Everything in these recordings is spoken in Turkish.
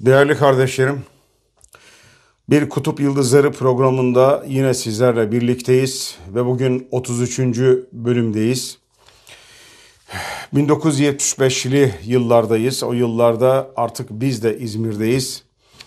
Değerli kardeşlerim, bir Kutup Yıldızları programında yine sizlerle birlikteyiz ve bugün 33. bölümdeyiz. 1975'li yıllardayız. O yıllarda artık biz de İzmir'deyiz.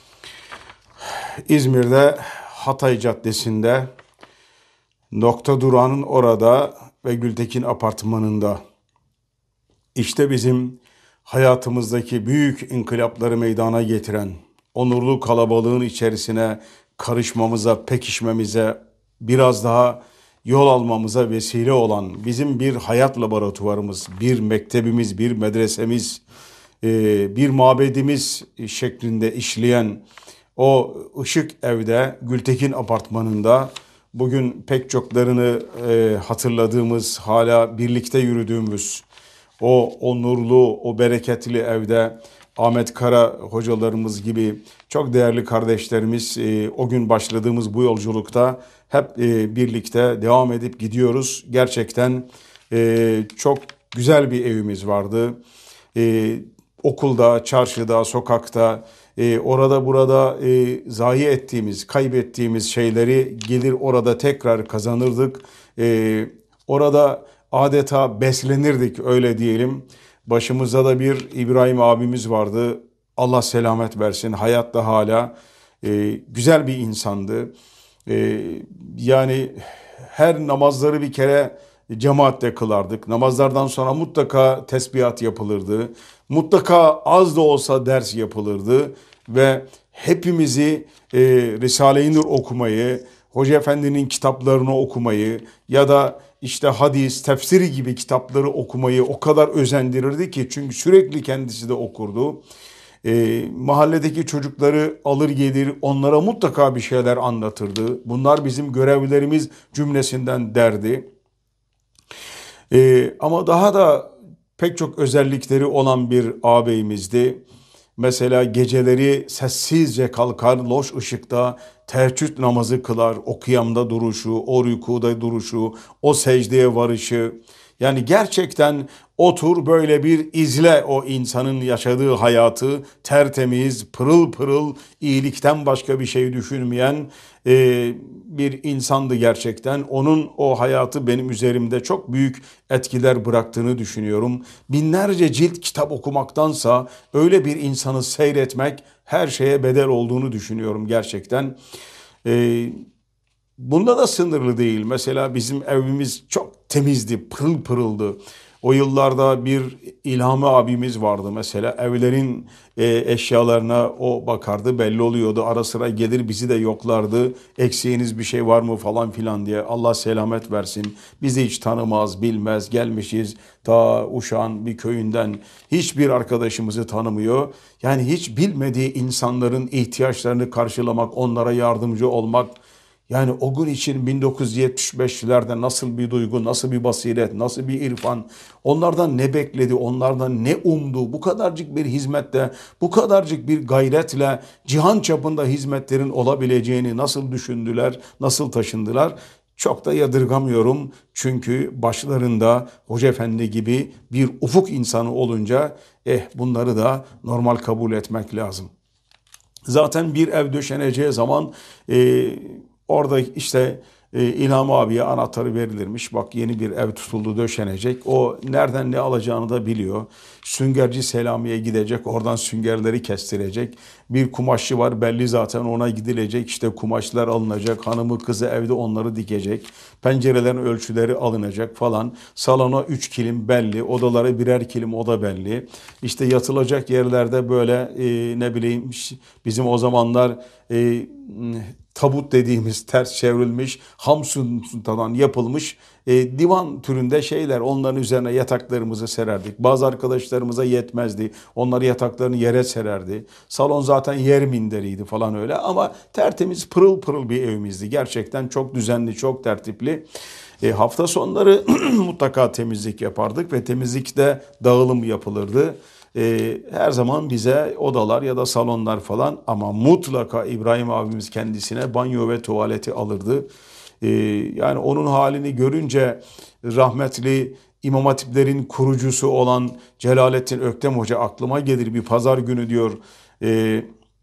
İzmir'de Hatay Caddesi'nde, nokta durağının orada ve Gültekin Apartmanı'nda. İşte bizim hayatımızdaki büyük inkılapları meydana getiren, onurlu kalabalığın içerisine karışmamıza, pekişmemize, biraz daha yol almamıza vesile olan bizim bir hayat laboratuvarımız, bir mektebimiz, bir medresemiz, bir mabedimiz şeklinde işleyen o ışık evde, Gültekin Apartmanı'nda bugün pek çoklarını hatırladığımız, hala birlikte yürüdüğümüz o onurlu, o bereketli evde Ahmet Kara hocalarımız gibi çok değerli kardeşlerimiz o gün başladığımız bu yolculukta hep birlikte devam edip gidiyoruz. Gerçekten çok güzel bir evimiz vardı. Okulda, çarşıda, sokakta, orada burada zayi ettiğimiz, kaybettiğimiz şeyleri gelir orada tekrar kazanırdık. Orada adeta beslenirdik, öyle diyelim. Başımızda da bir İbrahim abimiz vardı. Allah selamet versin. Hayatta hala. Güzel bir insandı. Yani her namazları bir kere cemaatle kılardık. Namazlardan sonra mutlaka tesbihat yapılırdı. Mutlaka az da olsa ders yapılırdı. Ve hepimizi Risale-i Nur okumayı, Hoca Efendi'nin kitaplarını okumayı ya da işte hadis, tefsiri gibi kitapları okumayı o kadar özendirirdi ki, çünkü sürekli kendisi de okurdu. Mahalledeki çocukları alır gelir, onlara mutlaka bir şeyler anlatırdı. Bunlar bizim görevlerimiz cümlesinden derdi. Ama daha da pek çok özellikleri olan bir ağabeyimizdi. Mesela geceleri sessizce kalkar, loş ışıkta teheccüd namazı kılar. O kıyamda duruşu, o rükuda duruşu, o secdeye varışı. Yani gerçekten otur böyle bir izle o insanın yaşadığı hayatı, tertemiz, pırıl pırıl, iyilikten başka bir şey düşünmeyen bir insandı gerçekten. Onun o hayatı benim üzerimde çok büyük etkiler bıraktığını düşünüyorum. Binlerce cilt kitap okumaktansa öyle bir insanı seyretmek her şeye bedel olduğunu düşünüyorum gerçekten. Bunda da sınırlı değil. Mesela bizim evimiz çok temizdi, pırıl pırıldı. O yıllarda bir İlhami abimiz vardı mesela. Evlerin eşyalarına o bakardı, belli oluyordu. Ara sıra gelir bizi de yoklardı. Eksiğiniz bir şey var mı falan filan diye. Allah selamet versin. Bizi hiç tanımaz, bilmez. Gelmişiz ta Uşak'ın bir köyünden. Hiçbir arkadaşımızı tanımıyor. Yani hiç bilmediği insanların ihtiyaçlarını karşılamak, onlara yardımcı olmak. Yani o gün için 1975'lerde nasıl bir duygu, nasıl bir basiret, nasıl bir irfan, onlardan ne bekledi, onlardan ne umdu, bu kadarcık bir hizmette, bu kadarcık bir gayretle cihan çapında hizmetlerin olabileceğini nasıl düşündüler, nasıl taşındılar? Çok da yadırgamıyorum, çünkü başlarında Hoca Efendi gibi bir ufuk insanı olunca bunları da normal kabul etmek lazım. Zaten bir ev döşeneceği zaman orada işte İlham abiye anahtarı verilirmiş. Bak, yeni bir ev tutuldu, döşenecek. O nereden ne alacağını da biliyor. Süngerci Selami'ye gidecek. Oradan süngerleri kestirecek. Bir kumaşçı var belli, zaten ona gidilecek. İşte kumaşlar alınacak. Hanımı kızı evde onları dikecek. Pencerelerin ölçüleri alınacak falan. Salona 3 kilim belli. Odalara birer kilim oda belli. İşte yatılacak yerlerde böyle ne bileyim, bizim o zamanlar tabut dediğimiz ters çevrilmiş, ham suntadan yapılmış divan türünde şeyler, onların üzerine yataklarımızı sererdik. Bazı arkadaşlarımıza yetmezdi. Onlar yataklarını yere sererdi. Salon zaten yer minderiydi falan öyle, ama tertemiz, pırıl pırıl bir evimizdi. Gerçekten çok düzenli, çok tertipli. Hafta sonları mutlaka temizlik yapardık ve temizlikte dağılım yapılırdı. Her zaman bize odalar ya da salonlar falan, ama mutlaka İbrahim abimiz kendisine banyo ve tuvaleti alırdı. Yani onun halini görünce rahmetli İmam Hatiplerin kurucusu olan Celalettin Öktem Hoca aklıma gelir. Bir pazar günü diyor,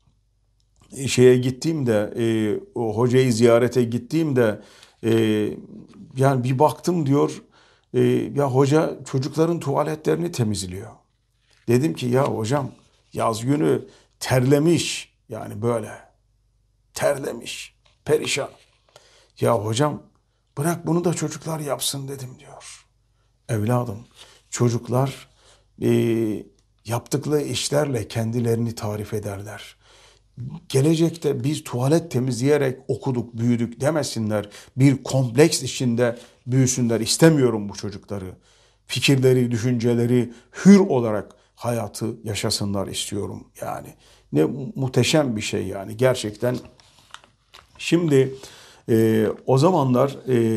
şeye gittiğimde, o hocayı ziyarete gittiğimde, e, yani bir baktım diyor, ya hoca çocukların tuvaletlerini temizliyor. Dedim ki ya hocam, yaz günü terlemiş, yani böyle terlemiş, perişan. Ya hocam, bırak bunu da çocuklar yapsın dedim diyor. Evladım, çocuklar e, yaptıkları işlerle kendilerini tarif ederler. Gelecekte biz tuvalet temizleyerek okuduk, büyüdük demesinler. Bir kompleks içinde büyüsünler. İstemiyorum bu çocukları. Fikirleri, düşünceleri hür olarak hayatı yaşasınlar istiyorum. Yani ne muhteşem bir şey yani gerçekten. Şimdi o zamanlar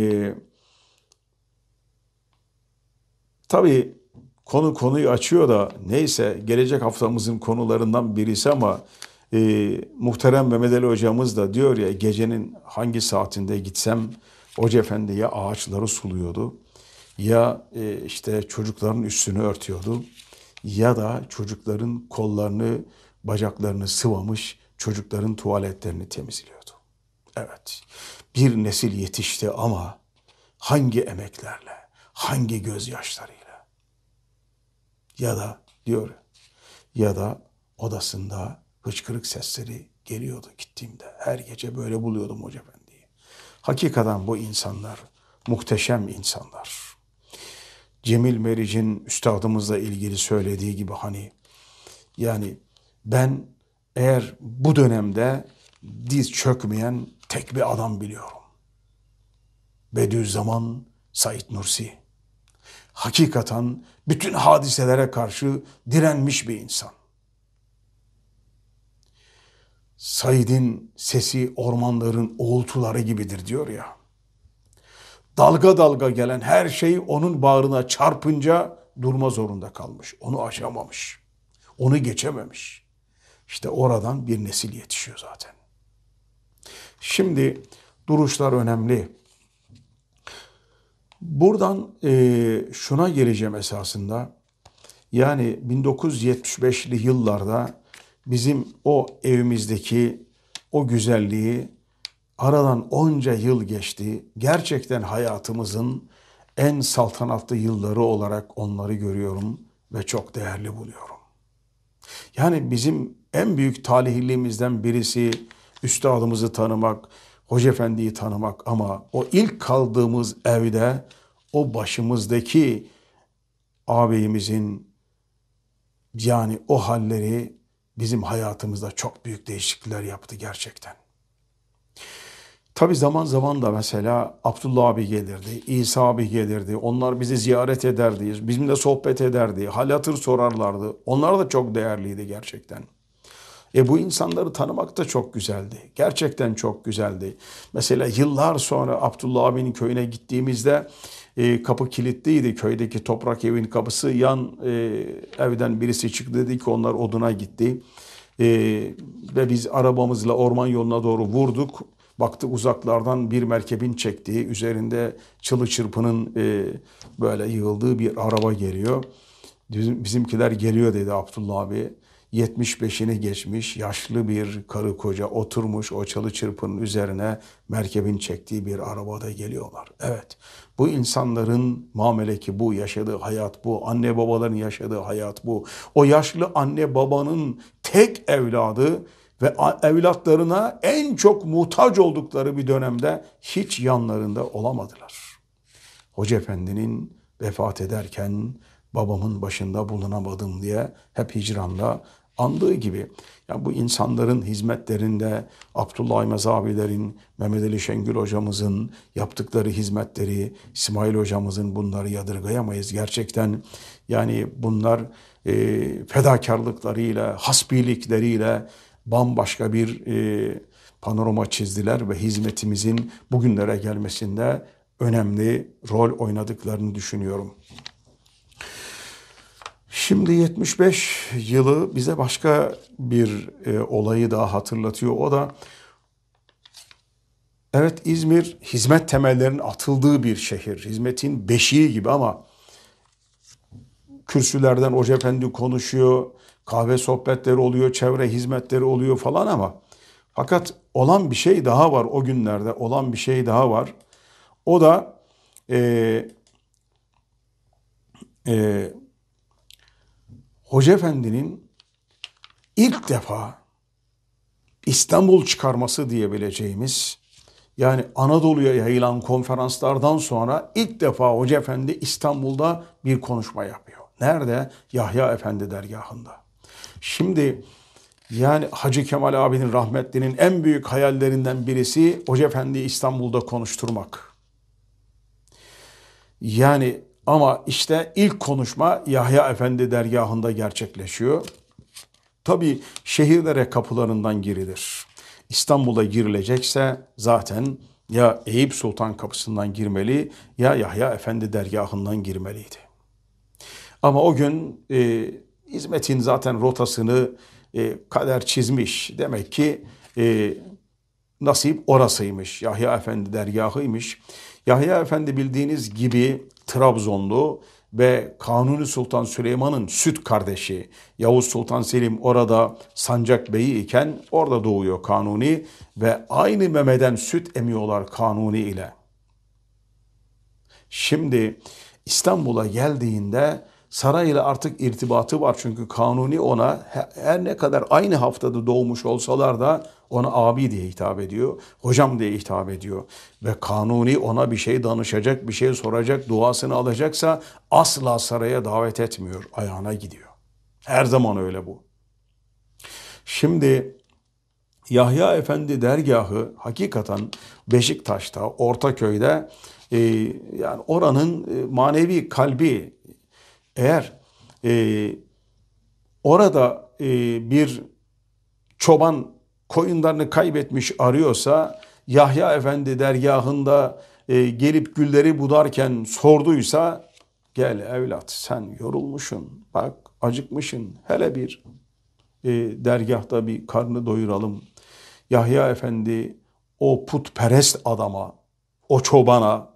tabii konuyu açıyor da neyse, gelecek haftamızın konularından birisi ama muhterem Mehmet Ali hocamız da diyor ya, gecenin hangi saatinde gitsem Hoca Efendi ya ağaçları suluyordu, ya işte çocukların üstünü örtüyordu, ya da çocukların kollarını bacaklarını sıvamış çocukların tuvaletlerini temizliyordu. Evet, bir nesil yetişti ama hangi emeklerle, hangi gözyaşlarıyla, ya da diyor, ya da odasında hıçkırık sesleri geliyordu gittiğimde. Her gece böyle buluyordum Hoca Efendi'yi. Hakikaten bu insanlar muhteşem insanlar. Cemil Meriç'in üstadımızla ilgili söylediği gibi, hani yani ben eğer bu dönemde diz çökmeyen tek bir adam biliyorum. Bediüzzaman Said Nursi. Hakikaten bütün hadiselere karşı direnmiş bir insan. Said'in sesi ormanların uğultuları gibidir diyor ya. Dalga dalga gelen her şey onun bağrına çarpınca durma zorunda kalmış. Onu aşamamış. Onu geçememiş. İşte oradan bir nesil yetişiyor zaten. Şimdi duruşlar önemli. Buradan şuna geleceğim esasında. Yani 1975'li yıllarda bizim o evimizdeki o güzelliği, aradan onca yıl geçti. Gerçekten hayatımızın en saltanatlı yılları olarak onları görüyorum ve çok değerli buluyorum. Yani bizim en büyük talihliğimizden birisi üstadımızı tanımak, Hoca Efendi'yi tanımak, ama o ilk kaldığımız evde o başımızdaki ağabeyimizin yani o halleri bizim hayatımızda çok büyük değişiklikler yaptı gerçekten. Tabii zaman zaman da mesela Abdullah abi gelirdi, İsa abi gelirdi. Onlar bizi ziyaret ederdi, bizimle sohbet ederdi, hal hatır sorarlardı. Onlar da çok değerliydi gerçekten. Bu insanları tanımak da çok güzeldi. Gerçekten çok güzeldi. Mesela yıllar sonra Abdullah abinin köyüne gittiğimizde kapı kilitliydi. Köydeki toprak evin kapısı, yan evden birisi çıktı, dedi ki onlar oduna gitti. Ve biz arabamızla orman yoluna doğru vurduk. Baktık uzaklardan bir merkebin çektiği, üzerinde çılı çırpının böyle yığıldığı bir araba geliyor. Bizimkiler geliyor dedi Abdullah abi. 75'ini geçmiş yaşlı bir karı koca oturmuş o çalı çırpının üzerine, merkebin çektiği bir arabada geliyorlar. Evet, bu insanların muameleki bu, yaşadığı hayat bu, anne babaların yaşadığı hayat bu. O yaşlı anne babanın tek evladı ve evlatlarına en çok muhtaç oldukları bir dönemde hiç yanlarında olamadılar. Hoca Efendi'nin vefat ederken babamın başında bulunamadım diye hep hicranla andığı gibi, yani bu insanların hizmetlerinde Abdullah Aymaz abilerin, Mehmet Ali Şengül hocamızın yaptıkları hizmetleri, İsmail hocamızın, bunları yadırgayamayız. Gerçekten yani bunlar fedakarlıklarıyla, hasbilikleriyle bambaşka bir panorama çizdiler ve hizmetimizin bugünlere gelmesinde önemli rol oynadıklarını düşünüyorum. Şimdi 75 yılı bize başka bir olayı daha hatırlatıyor. O da, evet, İzmir hizmet temellerinin atıldığı bir şehir. Hizmetin beşiği gibi, ama kürsülerden Hoca Efendi konuşuyor, kahve sohbetleri oluyor, çevre hizmetleri oluyor falan, ama Fakat olan bir şey daha var, o günlerde olan bir şey daha var. O da e, e, Hoca Efendi'nin ilk defa İstanbul çıkarması diyebileceğimiz, yani Anadolu'ya yayılan konferanslardan sonra ilk defa Hoca Efendi İstanbul'da bir konuşma yapıyor. Nerede? Yahya Efendi dergahında. Şimdi yani Hacı Kemal abinin rahmetlinin en büyük hayallerinden birisi Hoca Efendi'yi İstanbul'da konuşturmak. Yani ama işte ilk konuşma Yahya Efendi dergahında gerçekleşiyor. Tabii şehirlere kapılarından girilir. İstanbul'a girilecekse zaten ya Eyüp Sultan kapısından girmeli ya Yahya Efendi dergahından girmeliydi. Ama o gün hizmetin zaten rotasını kader çizmiş. Demek ki nasip orasıymış. Yahya Efendi dergahıymış. Yahya Efendi bildiğiniz gibi Trabzonlu ve Kanuni Sultan Süleyman'ın süt kardeşi. Yavuz Sultan Selim orada sancak beyi iken orada doğuyor Kanuni ve aynı memeden süt emiyorlar Kanuni ile. Şimdi İstanbul'a geldiğinde sarayla artık irtibatı var. Çünkü Kanuni ona her ne kadar aynı haftada doğmuş olsalar da ona abi diye hitap ediyor. Hocam diye hitap ediyor. Ve Kanuni ona bir şey danışacak, bir şey soracak, duasını alacaksa asla saraya davet etmiyor. Ayağına gidiyor. Her zaman öyle bu. Şimdi Yahya Efendi dergahı hakikaten Beşiktaş'ta, Ortaköy'de yani oranın manevi kalbi. Eğer orada bir çoban koyunlarını kaybetmiş arıyorsa, Yahya Efendi dergahında gelip gülleri budarken sorduysa, gel evlat sen yorulmuşsun, bak acıkmışsın, hele bir dergahta bir karnı doyuralım. Yahya Efendi o putperest adama, o çobana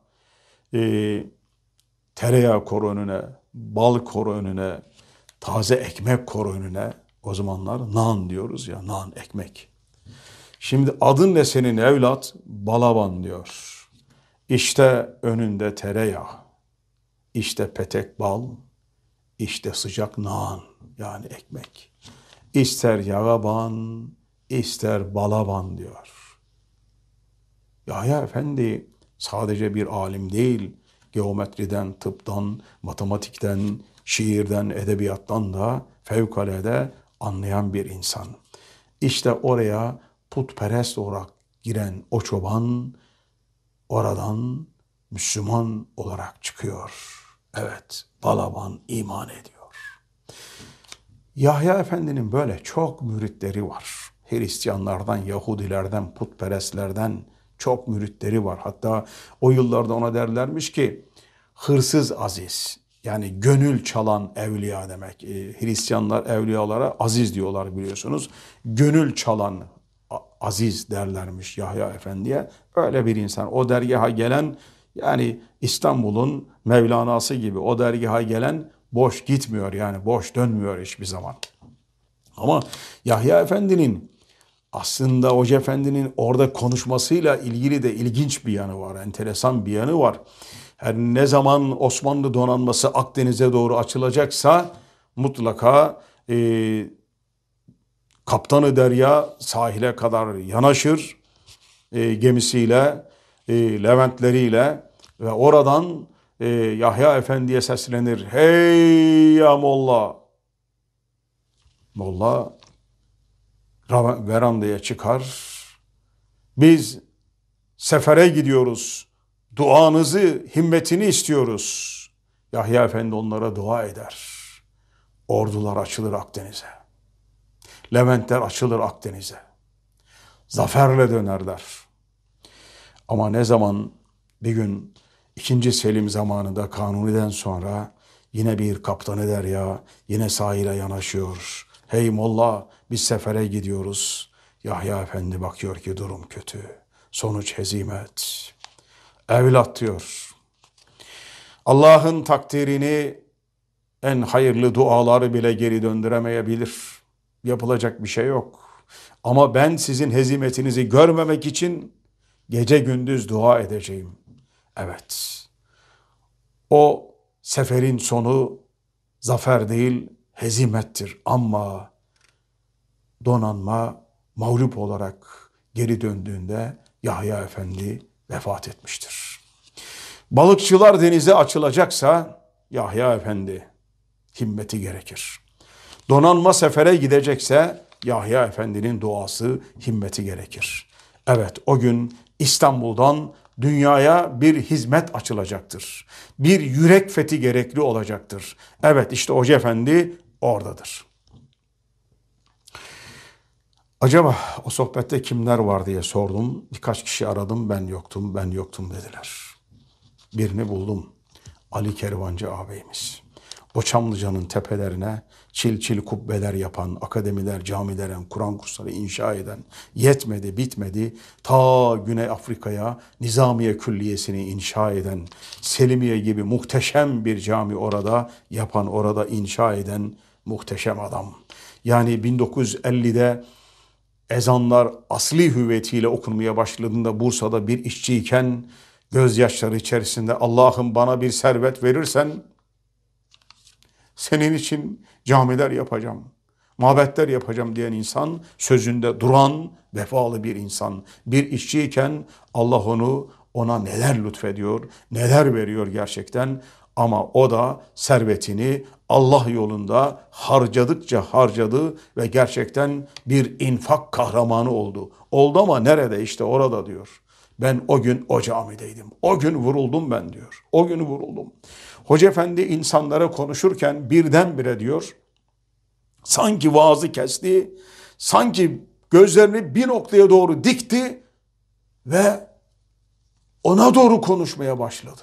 tereyağı koru önüne, bal koru önüne, taze ekmek koru önüne. O zamanlar nan diyoruz ya, nan ekmek. Şimdi adın ne senin evlat? Balaban diyor. İşte önünde tereyağı, işte petek bal, işte sıcak nan yani ekmek. İster yağa ban, ister balaban diyor. Yahya Efendi sadece bir alim değil, geometriden, tıptan, matematikten, şiirden, edebiyattan da fevkalade anlayan bir insan. İşte oraya putperest olarak giren o çoban oradan Müslüman olarak çıkıyor. Evet, Balaban iman ediyor. Yahya Efendi'nin böyle çok müritleri var. Hristiyanlardan, Yahudilerden, putperestlerden çok müritleri var. Hatta o yıllarda ona derlermiş ki hırsız aziz. Yani gönül çalan evliya demek. Hristiyanlar evliyalara aziz diyorlar biliyorsunuz. Gönül çalan aziz derlermiş Yahya Efendi'ye. Öyle bir insan. O dergaha gelen yani İstanbul'un Mevlana'sı gibi o dergaha gelen boş gitmiyor yani boş dönmüyor hiçbir zaman. Ama Yahya Efendi'nin aslında Hoca Efendi'nin orada konuşmasıyla ilgili de ilginç bir yanı var, enteresan bir yanı var. Her ne zaman Osmanlı donanması Akdeniz'e doğru açılacaksa mutlaka Kaptanı Derya sahile kadar yanaşır gemisiyle, Leventleriyle ve oradan Yahya Efendi'ye seslenir. Hey ya Molla! Molla verandaya çıkar. Biz sefere gidiyoruz. Duanızı, himmetini istiyoruz. Yahya Efendi onlara dua eder. Ordular açılır Akdeniz'e. Leventler açılır Akdeniz'e. Zaferle dönerler. Ama ne zaman bir gün 2. Selim zamanında Kanuni'den sonra yine bir Kaptanı Derya yine sahile yanaşıyor. Hey Molla biz sefere gidiyoruz. Yahya Efendi bakıyor ki durum kötü. Sonuç hezimet. Evlat diyor. Allah'ın takdirini en hayırlı duaları bile geri döndüremeyebilir. Yapılacak bir şey yok. Ama ben sizin hezimetinizi görmemek için gece gündüz dua edeceğim. Evet, o seferin sonu zafer değil hezimettir. Ama donanma mağlup olarak geri döndüğünde Yahya Efendi vefat etmiştir. Balıkçılar denize açılacaksa Yahya Efendi himmeti gerekir. Donanma sefere gidecekse Yahya Efendi'nin duası, himmeti gerekir. Evet, o gün İstanbul'dan dünyaya bir hizmet açılacaktır. Bir yürek fethi gerekli olacaktır. Evet, işte Hoca Efendi oradadır. Acaba o sohbette kimler var diye sordum. Birkaç kişi aradım, ben yoktum dediler. Birini buldum. Ali Kervancı ağabeyimiz. O Çamlıca'nın tepelerine çil çil kubbeler yapan, akademiler, camiler, Kur'an kursları inşa eden, yetmedi, bitmedi, ta Güney Afrika'ya Nizamiye Külliyesi'ni inşa eden, Selimiye gibi muhteşem bir cami orada yapan, orada inşa eden muhteşem adam. Yani 1950'de ezanlar asli hüviyetiyle okunmaya başladığında Bursa'da bir işçiyken gözyaşları içerisinde Allah'ım bana bir servet verirsen senin için camiler yapacağım, mabetler yapacağım diyen insan, sözünde duran vefalı bir insan. Bir işçiyken Allah ona neler lütfediyor, neler veriyor gerçekten. Ama o da servetini Allah yolunda harcadıkça harcadı ve gerçekten bir infak kahramanı oldu. Oldu ama nerede? İşte orada diyor. Ben o gün o camideydim. O gün vuruldum ben diyor. O gün vuruldum. Hoca Efendi insanlara konuşurken birdenbire diyor, sanki vaazı kesti, sanki gözlerini bir noktaya doğru dikti ve ona doğru konuşmaya başladı.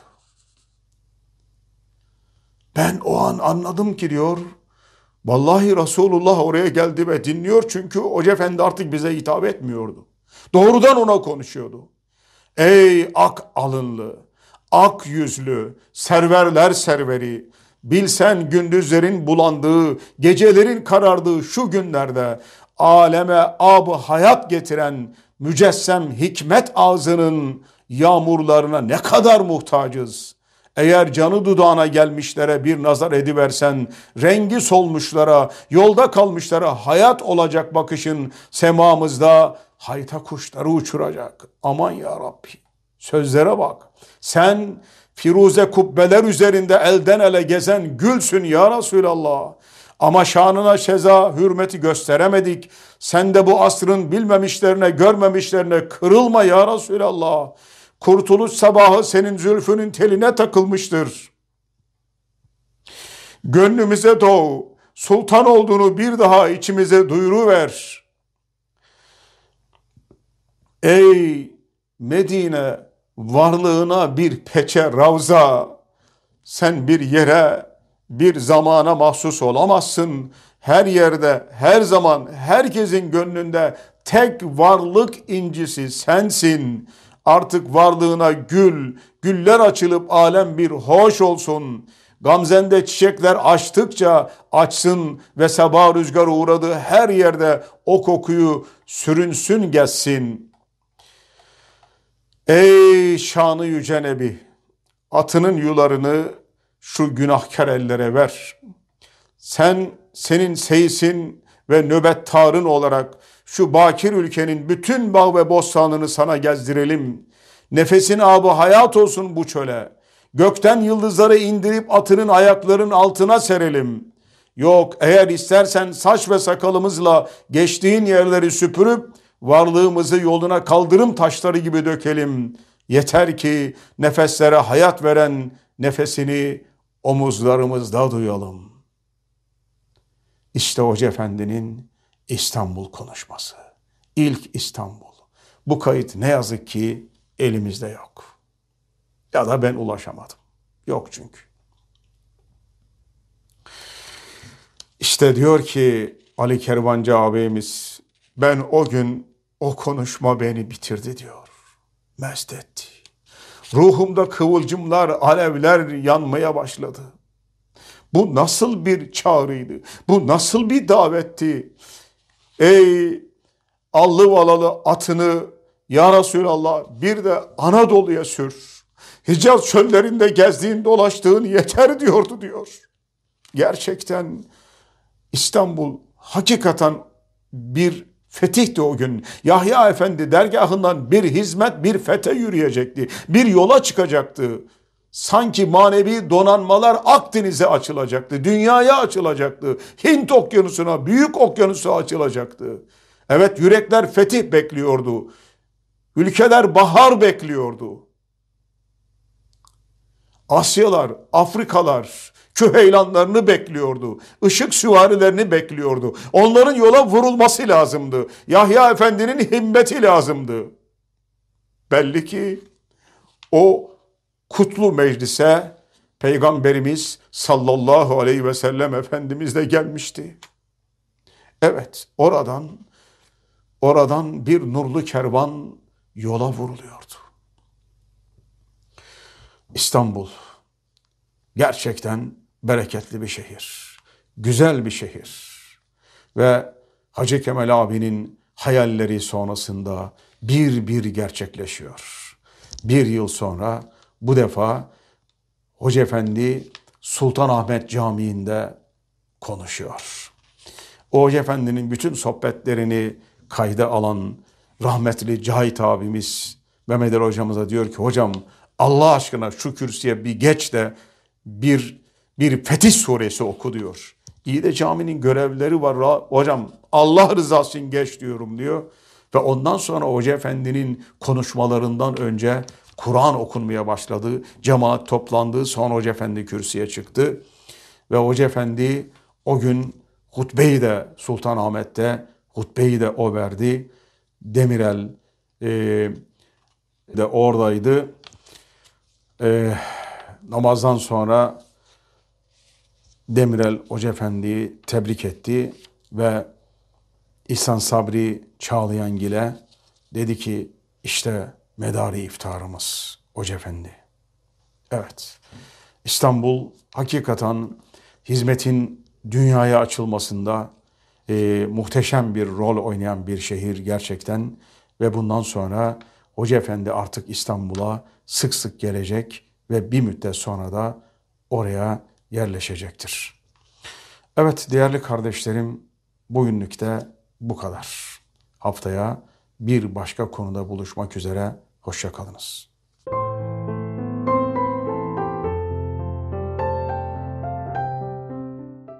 Ben o an anladım ki diyor, vallahi Resulullah oraya geldi ve dinliyor, çünkü Hoca Efendi artık bize hitap etmiyordu. Doğrudan ona konuşuyordu. Ey ak alınlı, ak yüzlü, serverler serveri, bilsen gündüzlerin bulandığı, gecelerin karardığı şu günlerde aleme ab hayat getiren mücessem hikmet ağzının yağmurlarına ne kadar muhtacız. Eğer canı dudağına gelmişlere bir nazar ediversen, rengi solmuşlara, yolda kalmışlara hayat olacak bakışın, semamızda hayta kuşları uçuracak. Aman ya Rabbi, sözlere bak. Sen firuze kubbeler üzerinde elden ele gezen gülsün ya Resulallah. Ama şanına şeza hürmeti gösteremedik. Sen de bu asrın bilmemişlerine, görmemişlerine kırılma ya Resulallah. Kurtuluş sabahı senin zülfünün teline takılmıştır. Gönlümüze doğ, sultan olduğunu bir daha içimize duyuruver. Ey Medine, varlığına bir peçe ravza, sen bir yere, bir zamana mahsus olamazsın. Her yerde, her zaman, herkesin gönlünde tek varlık incisi sensin. Artık varlığına güller açılıp alem bir hoş olsun. Gamzende çiçekler açtıkça açsın ve sabah rüzgarı uğradığı her yerde o kokuyu sürünsün geçsin. Ey şanı yüce Nebi, atının yularını şu günahkar ellere ver. Senin seysin ve nöbettarın olarak şu bakir ülkenin bütün bağ ve bostanını sana gezdirelim. Nefesin abı hayat olsun bu çöle. Gökten yıldızları indirip atının ayaklarının altına serelim. Yok, eğer istersen saç ve sakalımızla geçtiğin yerleri süpürüp varlığımızı yoluna kaldırım taşları gibi dökelim. Yeter ki nefeslere hayat veren nefesini omuzlarımızda duyalım. İşte Hoca Efendi'nin İstanbul konuşması. İlk İstanbul. Bu kayıt ne yazık ki elimizde yok. Ya da ben ulaşamadım. Yok çünkü. İşte diyor ki Ali Kervancı ağabeyimiz, ben o gün o konuşma beni bitirdi diyor. Mest etti. Ruhumda kıvılcımlar, alevler yanmaya başladı. Bu nasıl bir çağrıydı? Bu nasıl bir davetti? Ey allı valalı atını ya Resulallah bir de Anadolu'ya sür. Hicaz çöllerinde gezdiğin dolaştığın yeter diyordu diyor. Gerçekten İstanbul hakikaten bir fetihti o gün. Yahya Efendi dergahından bir hizmet, bir fethe yürüyecekti. Bir yola çıkacaktı. Sanki manevi donanmalar Akdeniz'e açılacaktı. Dünyaya açılacaktı. Hint okyanusuna, büyük okyanusa açılacaktı. Evet, yürekler fetih bekliyordu. Ülkeler bahar bekliyordu. Asyalar, Afrikalar küheylanlarını bekliyordu. Işık süvarilerini bekliyordu. Onların yola vurulması lazımdı. Yahya Efendi'nin himmeti lazımdı. Belli ki o kutlu meclise Peygamberimiz sallallahu aleyhi ve sellem Efendimiz de gelmişti. Evet, oradan bir nurlu kervan yola vuruluyordu. İstanbul gerçekten bereketli bir şehir, güzel bir şehir ve Hacı Kemal abinin hayalleri sonrasında bir bir gerçekleşiyor. Bir yıl sonra bu defa Hoca Efendi Sultanahmet Camii'nde konuşuyor. O Hoca Efendi'nin bütün sohbetlerini kayda alan rahmetli Cahit abimiz Mehmet Ali hocamıza diyor ki hocam Allah aşkına şu kürsüye bir geç de bir Fetih suresi oku diyor. İyi de caminin görevlileri var hocam Allah rızası için geç diyorum diyor. Ve ondan sonra Hoca Efendi'nin konuşmalarından önce Kur'an okunmaya başladı. Cemaat toplandı. Sonra Hoca Efendi kürsüye çıktı. Ve Hoca Efendi o gün hutbeyi de Sultanahmet'te hutbeyi de o verdi. Demirel de oradaydı. Namazdan sonra Demirel Hoca Efendi'yi tebrik etti ve İhsan Sabri Çağlayangil'e dedi ki işte medarı iftarımız Hoca Efendi. Evet, İstanbul hakikaten hizmetin dünyaya açılmasında muhteşem bir rol oynayan bir şehir gerçekten ve bundan sonra Hoca Efendi artık İstanbul'a sık sık gelecek ve bir müddet sonra da oraya yerleşecektir. Evet değerli kardeşlerim, bugünlük de bu kadar. Haftaya bir başka konuda buluşmak üzere, hoşça kalınız.